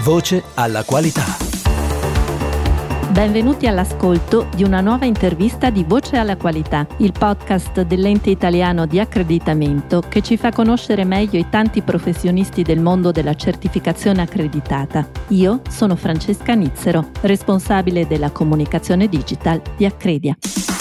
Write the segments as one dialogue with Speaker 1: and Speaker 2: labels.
Speaker 1: Voce alla qualità.
Speaker 2: Benvenuti all'ascolto di una nuova intervista di Voce alla qualità, il podcast dell'ente italiano di accreditamento che ci fa conoscere meglio i tanti professionisti del mondo della certificazione accreditata. Io sono Francesca Nizzero, responsabile della comunicazione digital di Accredia.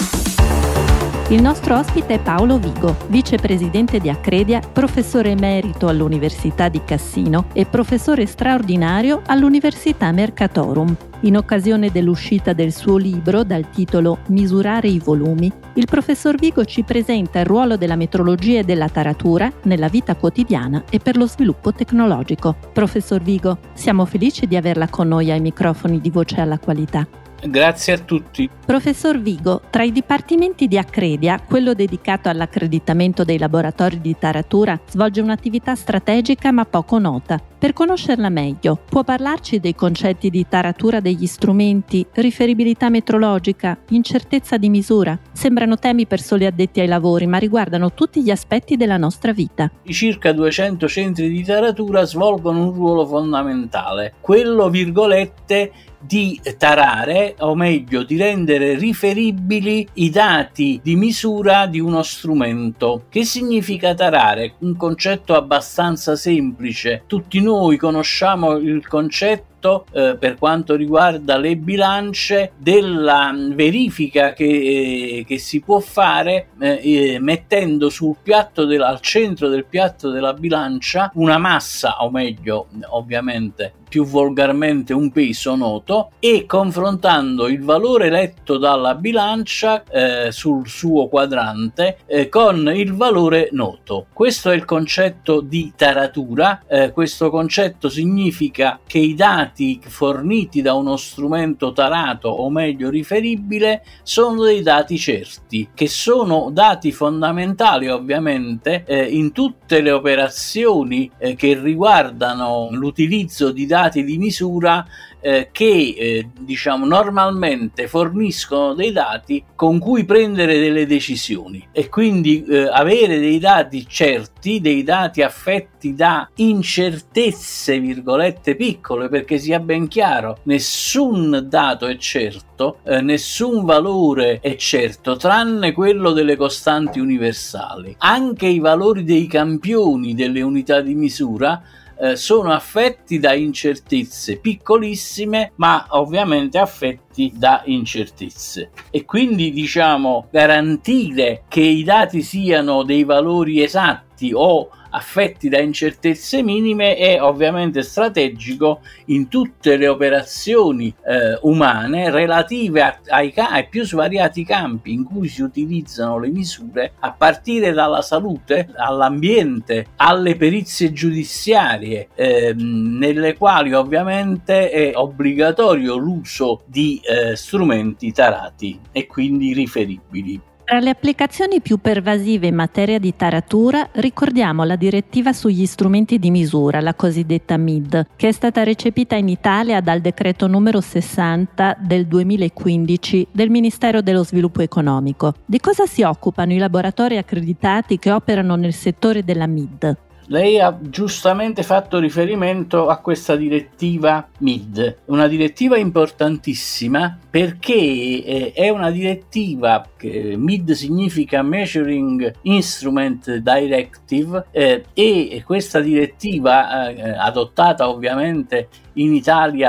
Speaker 2: Il nostro ospite è Paolo Vigo, vicepresidente di Accredia, professore emerito all'Università di Cassino e professore straordinario all'Università Mercatorum. In occasione dell'uscita del suo libro dal titolo Misurare i volumi, il professor Vigo ci presenta il ruolo della metrologia e della taratura nella vita quotidiana e per lo sviluppo tecnologico. Professor Vigo, siamo felici di averla con noi ai microfoni di Voce alla qualità.
Speaker 3: Grazie a tutti.
Speaker 2: Professor Vigo, tra i dipartimenti di Accredia, quello dedicato all'accreditamento dei laboratori di taratura svolge un'attività strategica ma poco nota. Per conoscerla meglio, può parlarci dei concetti di taratura degli strumenti, riferibilità metrologica, incertezza di misura? Sembrano temi per soli addetti ai lavori, ma riguardano tutti gli aspetti della nostra vita.
Speaker 3: I circa 200 centri di taratura svolgono un ruolo fondamentale, quello, virgolette, di tarare, o meglio di rendere riferibili i dati di misura di uno strumento. Che significa tarare? Un concetto abbastanza semplice. Tutti noi conosciamo il concetto per quanto riguarda le bilance della verifica che si può fare mettendo sul piatto al centro del piatto della bilancia una massa, o meglio ovviamente più volgarmente un peso noto, e confrontando il valore letto dalla bilancia sul suo quadrante con il valore noto. Questo è il concetto di taratura. Questo concetto significa che i dati forniti da uno strumento tarato, o meglio riferibile, sono dei dati certi, che sono dati fondamentali ovviamente in tutte le operazioni che riguardano l'utilizzo di dati di misura che normalmente forniscono dei dati con cui prendere delle decisioni, e quindi avere dei dati certi, dei dati affetti da incertezze virgolette piccole, perché sia ben chiaro, nessun dato è certo, nessun valore è certo tranne quello delle costanti universali. Anche i valori dei campioni delle unità di misura sono affetti da incertezze piccolissime, ma ovviamente affetti da incertezze, e quindi garantire che i dati siano dei valori esatti o affetti da incertezze minime è ovviamente strategico in tutte le operazioni umane relative ai più svariati campi in cui si utilizzano le misure, a partire dalla salute, all'ambiente, alle perizie giudiziarie, nelle quali ovviamente è obbligatorio l'uso di strumenti tarati e quindi riferibili.
Speaker 2: Tra le applicazioni più pervasive in materia di taratura ricordiamo la direttiva sugli strumenti di misura, la cosiddetta MID, che è stata recepita in Italia dal decreto numero 60 del 2015 del Ministero dello Sviluppo Economico. Di cosa si occupano i laboratori accreditati che operano nel settore della MID?
Speaker 3: Lei ha giustamente fatto riferimento a questa direttiva MID, una direttiva importantissima perché è una direttiva che MID significa Measuring Instrument Directive, e questa direttiva adottata ovviamente in Italia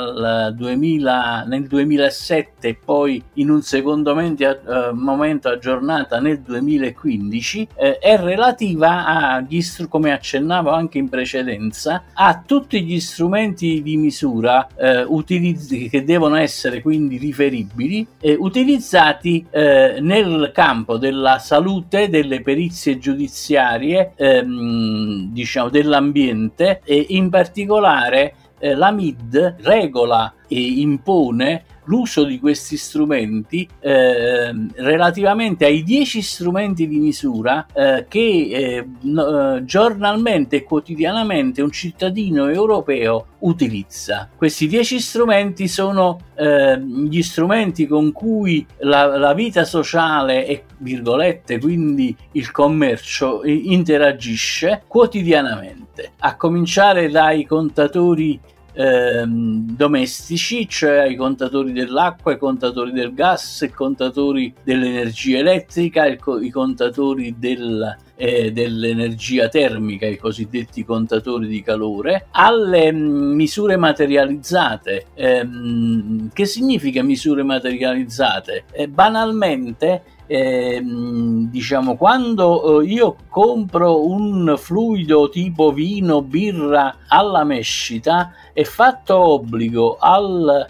Speaker 3: nel 2007 e poi in un secondo momento aggiornata nel 2015, è relativa come accennavo anche in precedenza, a tutti gli strumenti di misura che devono essere quindi riferibili, utilizzati nel campo della salute, delle perizie giudiziarie, dell'ambiente, e in particolare la MID regola e impone l'uso di questi strumenti relativamente ai 10 strumenti di misura che giornalmente e quotidianamente un cittadino europeo utilizza. Questi 10 strumenti sono gli strumenti con cui la vita sociale e virgolette quindi il commercio interagisce quotidianamente, a cominciare dai contatori domestici, cioè i contatori dell'acqua, i contatori del gas, i contatori dell'energia elettrica, i contatori dell'energia termica, i cosiddetti contatori di calore, alle misure materializzate. Che significa misure materializzate? Banalmente, diciamo, quando io compro un fluido tipo vino, birra alla mescita, è fatto obbligo al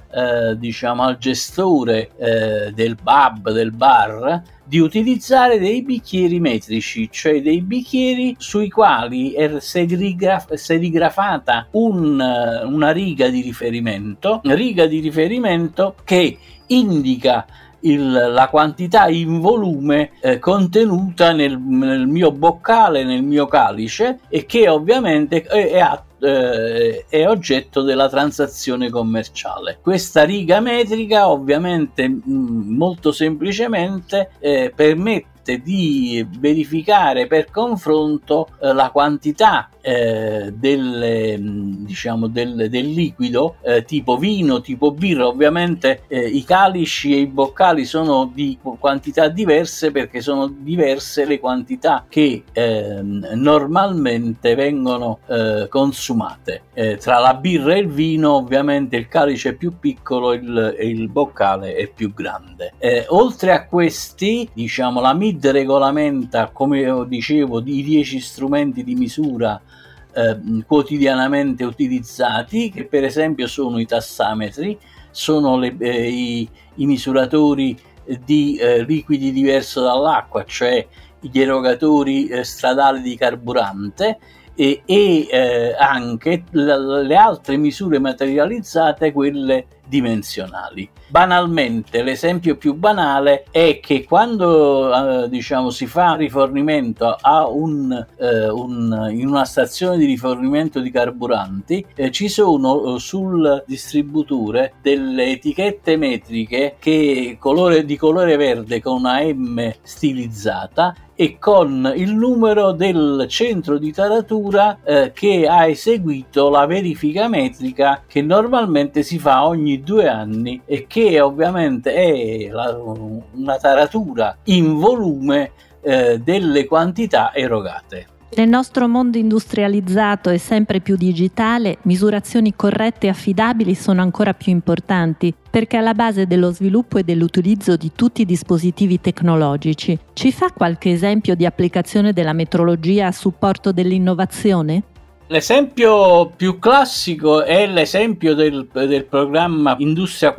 Speaker 3: gestore del pub, del bar, di utilizzare dei bicchieri metrici, cioè dei bicchieri sui quali è serigrafata una riga di riferimento che indica la quantità in volume contenuta nel mio boccale, nel mio calice, e che ovviamente è oggetto della transazione commerciale. Questa riga metrica ovviamente molto semplicemente permette di verificare per confronto la quantità del liquido tipo vino, tipo birra. Ovviamente i calici e i boccali sono di quantità diverse, perché sono diverse le quantità che normalmente vengono consumate. Tra la birra e il vino ovviamente il calice è più piccolo e il boccale è più grande. Oltre a questi, la MID regolamenta, come dicevo, i 10 strumenti di misura quotidianamente utilizzati, che per esempio sono i tassametri, sono i misuratori di liquidi diverso dall'acqua, cioè gli erogatori stradali di carburante, e anche le altre misure materializzate, quelle dimensionali. Banalmente, l'esempio più banale è che quando si fa rifornimento in una stazione di rifornimento di carburanti, ci sono sul distributore delle etichette metriche di colore verde con una M stilizzata e con il numero del centro di taratura che ha eseguito la verifica metrica, che normalmente si fa ogni 2 anni e che ovviamente è una taratura in volume delle quantità erogate.
Speaker 2: Nel nostro mondo industrializzato e sempre più digitale, misurazioni corrette e affidabili sono ancora più importanti, perché alla base dello sviluppo e dell'utilizzo di tutti i dispositivi tecnologici. Ci fa qualche esempio di applicazione della metrologia a supporto dell'innovazione?
Speaker 3: L'esempio più classico è l'esempio del programma Industria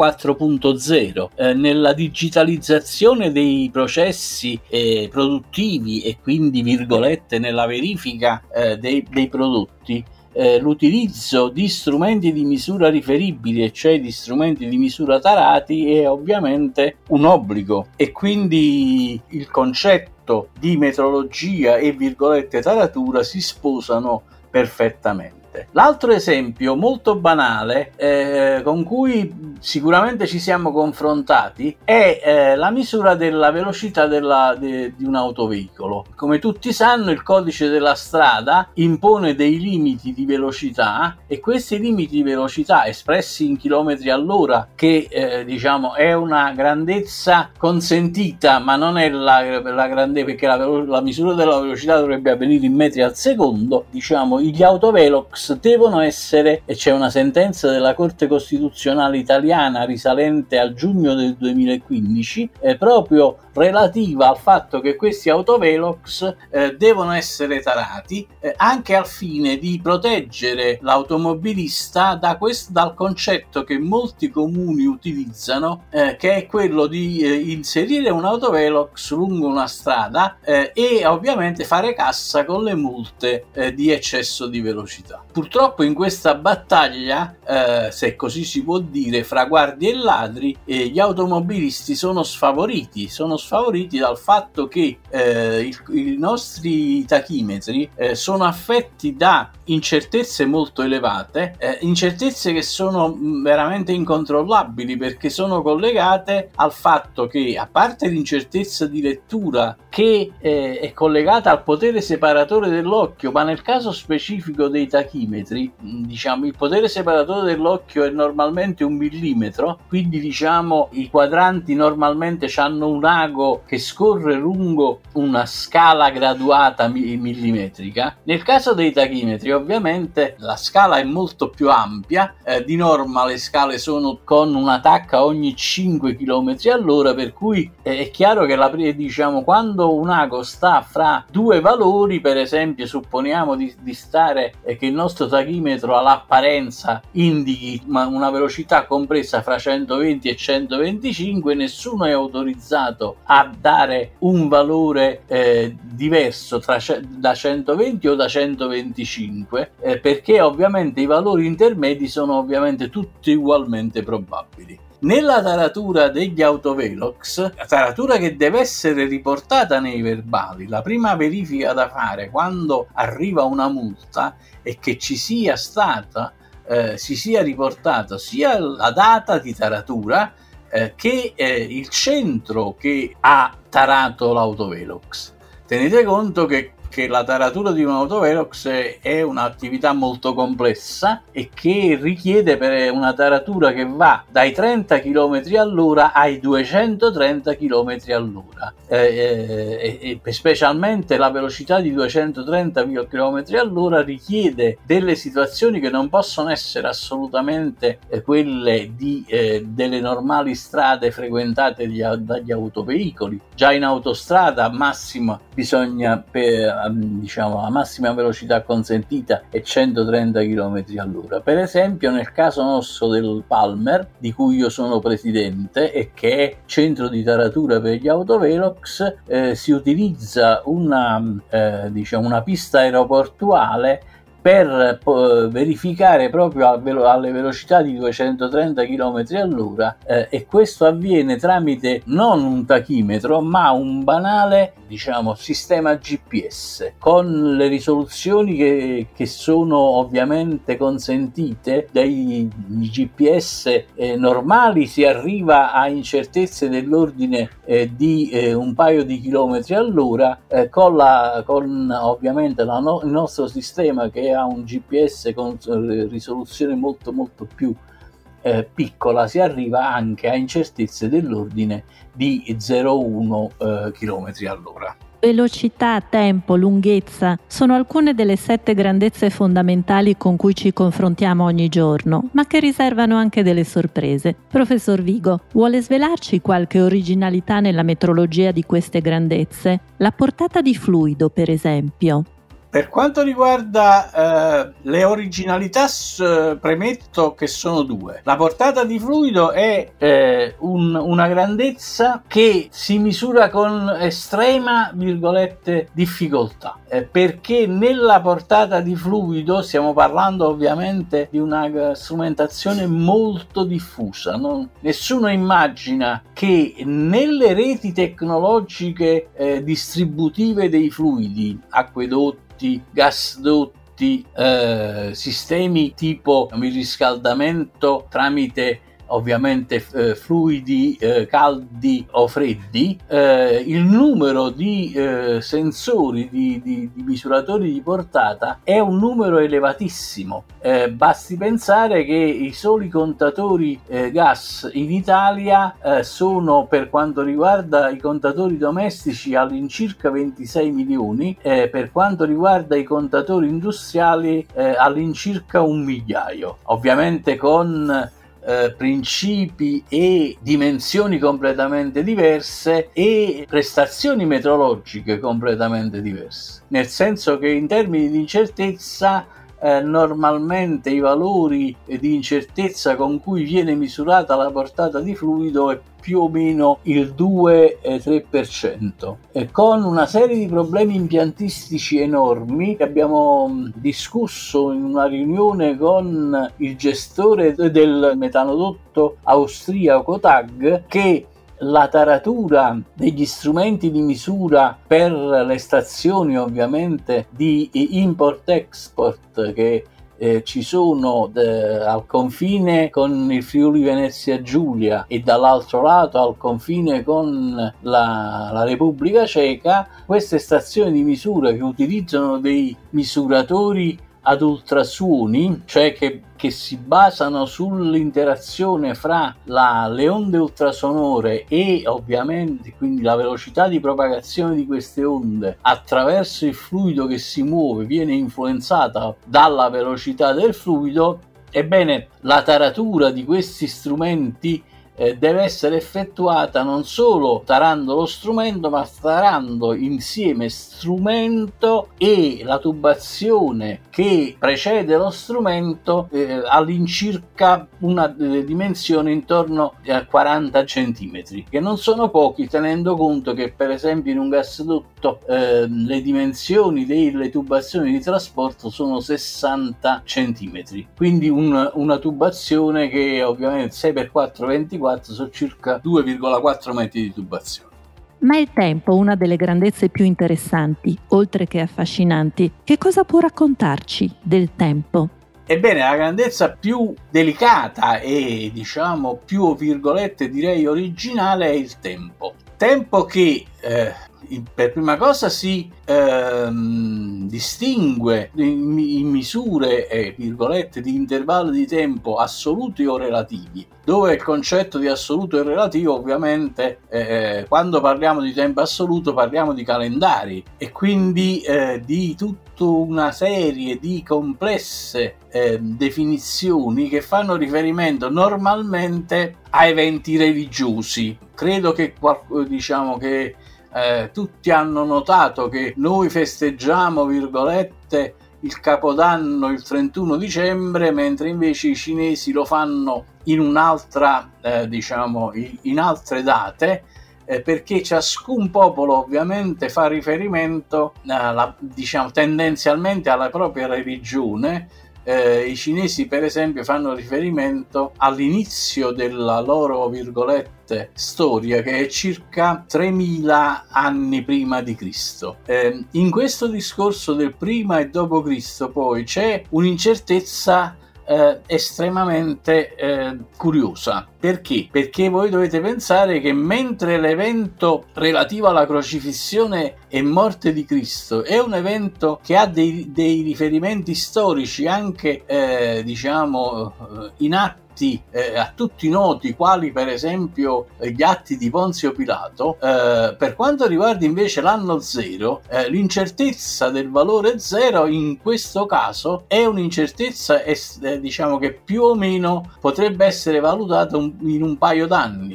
Speaker 3: 4.0. Nella digitalizzazione dei processi produttivi e quindi, virgolette, nella verifica dei prodotti, l'utilizzo di strumenti di misura riferibili, e cioè di strumenti di misura tarati, è ovviamente un obbligo, e quindi il concetto di metrologia e, virgolette, taratura si sposano perfettamente. L'altro esempio molto banale con cui sicuramente ci siamo confrontati è la misura della velocità di un autoveicolo. Come tutti sanno, il codice della strada impone dei limiti di velocità, e questi limiti di velocità, espressi in chilometri all'ora, che è una grandezza consentita, ma non è la grande, perché la misura della velocità dovrebbe avvenire in metri al secondo. Gli autovelox devono essere, e c'è una sentenza della Corte Costituzionale italiana risalente al giugno del 2015 proprio relativa al fatto che questi autovelox devono essere tarati, anche al fine di proteggere l'automobilista dal concetto che molti comuni utilizzano, che è quello di inserire un autovelox lungo una strada e ovviamente fare cassa con le multe di eccesso di velocità. Purtroppo in questa battaglia, se così si può dire, fra guardie e ladri, gli automobilisti sono sfavoriti dal fatto che i nostri tachimetri sono affetti da incertezze molto elevate, incertezze che sono veramente incontrollabili, perché sono collegate al fatto che, a parte l'incertezza di lettura che è collegata al potere separatore dell'occhio, ma nel caso specifico dei tachimetri millimetri, diciamo il potere separatore dell'occhio è normalmente 1 millimetro, quindi diciamo i quadranti normalmente hanno un ago che scorre lungo una scala graduata millimetrica. Nel caso dei tachimetri ovviamente la scala è molto più ampia, di norma le scale sono con una tacca ogni 5 km all'ora, per cui è chiaro che diciamo quando un ago sta fra due valori, per esempio supponiamo di stare che il nostro tachimetro all'apparenza indichi una velocità compresa fra 120 e 125, nessuno è autorizzato a dare un valore diverso da 120 o da 125, perché ovviamente i valori intermedi sono ovviamente tutti ugualmente probabili. Nella taratura degli autovelox, la taratura che deve essere riportata nei verbali, la prima verifica da fare quando arriva una multa è che ci sia stata, si sia riportata sia la data di taratura che il centro che ha tarato l'autovelox. Tenete conto che la taratura di un autovelox è un'attività molto complessa e che richiede per una taratura che va dai 30 km all'ora ai 230 km all'ora, e specialmente la velocità di 230 km all'ora richiede delle situazioni che non possono essere assolutamente quelle delle normali strade frequentate dagli autoveicoli. Già in autostrada massima bisogna la massima velocità consentita è 130 km all'ora. Per esempio nel caso nostro del Palmer, di cui io sono presidente e che è centro di taratura per gli autovelox, si utilizza una pista aeroportuale per verificare proprio alle velocità di 230 km all'ora, e questo avviene tramite non un tachimetro ma un banale sistema GPS con le risoluzioni che sono ovviamente consentite dai GPS normali. Si arriva a incertezze dell'ordine di un paio di chilometri all'ora, con ovviamente il nostro sistema che ha un GPS con risoluzione molto molto più piccola, si arriva anche a incertezze dell'ordine di 0,1 km all'ora.
Speaker 2: Velocità, tempo, lunghezza sono alcune delle 7 grandezze fondamentali con cui ci confrontiamo ogni giorno, ma che riservano anche delle sorprese. Professor Vigo, vuole svelarci qualche originalità nella metrologia di queste grandezze? La portata di fluido, per esempio.
Speaker 3: Per quanto riguarda le originalità, premetto che sono 2. La portata di fluido è una grandezza che si misura con estrema, difficoltà, perché nella portata di fluido stiamo parlando ovviamente di una strumentazione molto diffusa. Nessuno immagina che nelle reti tecnologiche distributive dei fluidi, acquedotti, gasdotti, sistemi tipo il riscaldamento tramite ovviamente fluidi caldi o freddi, il numero di sensori, di misuratori di portata è un numero elevatissimo. Basti pensare che i soli contatori gas in Italia sono, per quanto riguarda i contatori domestici, all'incirca 26 milioni, per quanto riguarda i contatori industriali all'incirca 1 migliaio, ovviamente con principi e dimensioni completamente diverse e prestazioni metrologiche completamente diverse, nel senso che in termini di incertezza normalmente i valori di incertezza con cui viene misurata la portata di fluido è più o meno il 2-3%, e con una serie di problemi impiantistici enormi che abbiamo discusso in una riunione con il gestore del metanodotto austriaco TAG, che la taratura degli strumenti di misura per le stazioni ovviamente di import-export che ci sono al confine con il Friuli Venezia Giulia e dall'altro lato al confine con la Repubblica Ceca, queste stazioni di misura che utilizzano dei misuratori ad ultrasuoni, cioè che si basano sull'interazione fra le onde ultrasonore e ovviamente quindi la velocità di propagazione di queste onde attraverso il fluido che si muove viene influenzata dalla velocità del fluido. Ebbene, la taratura di questi strumenti deve essere effettuata non solo tarando lo strumento, ma tarando insieme strumento e la tubazione che precede lo strumento all'incirca una dimensione intorno a 40 centimetri, che non sono pochi, tenendo conto che per esempio in un gasdotto le dimensioni delle tubazioni di trasporto sono 60 centimetri, quindi una tubazione che ovviamente 6x4 24 sono circa 2,4 metri di tubazione.
Speaker 2: Ma il tempo, una delle grandezze più interessanti, oltre che affascinanti, che cosa può raccontarci del tempo?
Speaker 3: Ebbene, la grandezza più delicata e diciamo più virgolette direi originale è il tempo. Tempo che per prima cosa si distingue in misure virgolette di intervallo di tempo assoluti o relativi, dove il concetto di assoluto e relativo ovviamente quando parliamo di tempo assoluto parliamo di calendari e quindi di tutta una serie di complesse definizioni che fanno riferimento normalmente a eventi religiosi. Credo che diciamo che tutti hanno notato che noi festeggiamo virgolette il Capodanno il 31 dicembre, mentre invece i cinesi lo fanno in un'altra diciamo in altre date, perché ciascun popolo ovviamente fa riferimento diciamo tendenzialmente alla propria religione. I cinesi per esempio fanno riferimento all'inizio della loro virgolette storia, che è circa 3000 anni prima di Cristo. In questo discorso del prima e dopo Cristo poi c'è un'incertezza estremamente curiosa. Perché? Perché voi dovete pensare che mentre l'evento relativo alla crocifissione e morte di Cristo è un evento che ha dei riferimenti storici anche diciamo in atti a tutti noti, quali per esempio gli atti di Ponzio Pilato, per quanto riguarda invece l'anno zero, l'incertezza del valore zero in questo caso è un'incertezza diciamo che più o meno potrebbe essere valutata in un paio d'anni.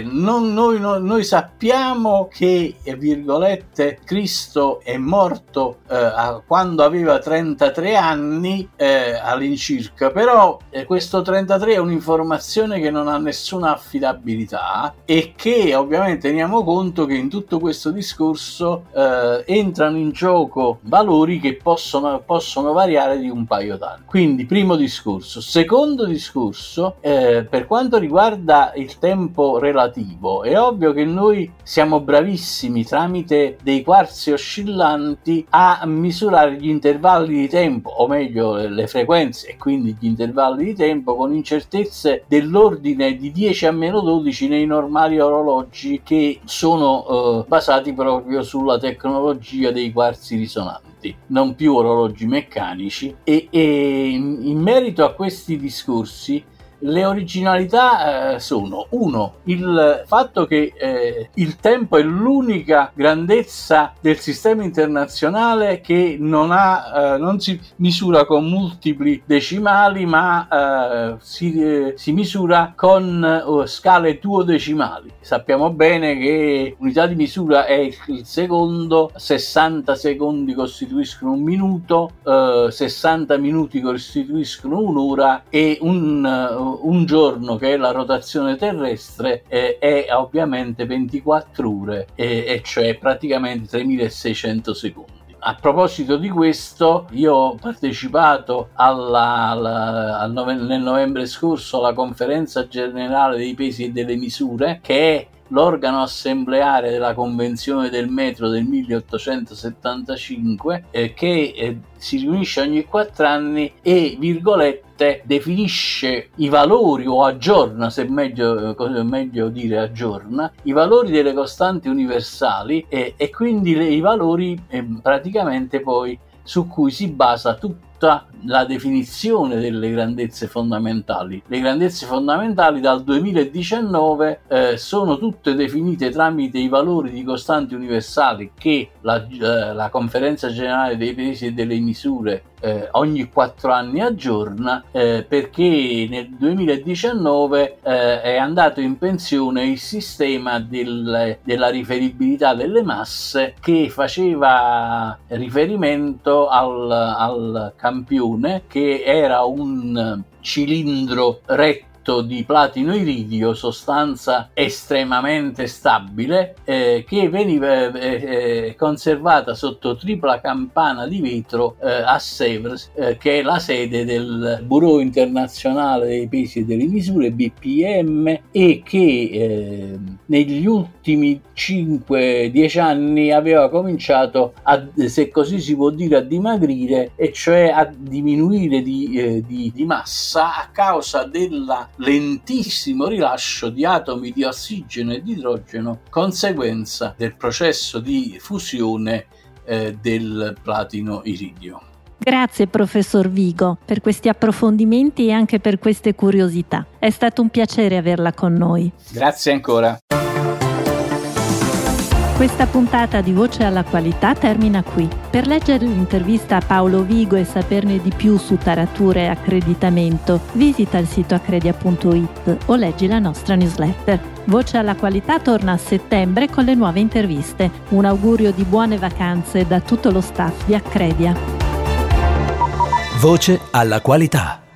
Speaker 3: Noi sappiamo che virgolette Cristo è morto quando aveva 33 anni all'incirca, però questo 33 è un'informazione che non ha nessuna affidabilità e che ovviamente teniamo conto che in tutto questo discorso entrano in gioco valori che possono variare di un paio d'anni. Quindi primo discorso. Secondo discorso, per quanto riguarda il tempo relativo, è ovvio che noi siamo bravissimi tramite dei quarzi oscillanti a misurare gli intervalli di tempo, o meglio le frequenze e quindi gli intervalli di tempo con incertezze dell'ordine di 10 a meno 12 nei normali orologi che sono basati proprio sulla tecnologia dei quarzi risonanti, non più orologi meccanici. E in merito a questi discorsi le originalità sono: uno, il fatto che il tempo è l'unica grandezza del sistema internazionale che non si misura con multipli decimali, ma si misura con scale duodecimali. Sappiamo bene che l'unità di misura è il secondo, 60 secondi costituiscono un minuto, 60 minuti costituiscono un'ora e un giorno, che è la rotazione terrestre, è ovviamente 24 ore, e cioè praticamente 3600 secondi. A proposito di questo, io ho partecipato nel novembre scorso alla conferenza generale dei pesi e delle misure, che è l'organo assembleare della Convenzione del metro del 1875, che si riunisce ogni 4 anni e virgolette definisce i valori, o aggiorna, se meglio dire aggiorna, i valori delle costanti universali e quindi i valori praticamente poi su cui si basa tutta la definizione delle grandezze fondamentali. Le grandezze fondamentali dal 2019 sono tutte definite tramite i valori di costanti universali che la Conferenza Generale dei Pesi e delle Misure ogni 4 anni aggiorna, perché nel 2019 è andato in pensione il sistema della riferibilità delle masse, che faceva riferimento al campione, che era un cilindro retto di platino iridio, sostanza estremamente stabile, che veniva conservata sotto tripla campana di vetro a Sèvres, che è la sede del Bureau Internazionale dei Pesi e delle Misure, BPM, e che negli ultimi 5-10 anni aveva cominciato se così si può dire, a dimagrire, e cioè a diminuire di massa a causa della lentissimo rilascio di atomi di ossigeno e di idrogeno, conseguenza del processo di fusione del platino iridio.
Speaker 2: Grazie professor Vigo per questi approfondimenti e anche per queste curiosità. È stato un piacere averla con noi.
Speaker 3: Grazie ancora.
Speaker 2: Questa puntata di Voce alla Qualità termina qui. Per leggere l'intervista a Paolo Vigo e saperne di più su taratura e accreditamento, visita il sito accredia.it o leggi la nostra newsletter. Voce alla Qualità torna a settembre con le nuove interviste. Un augurio di buone vacanze da tutto lo staff di Accredia.
Speaker 1: Voce alla Qualità.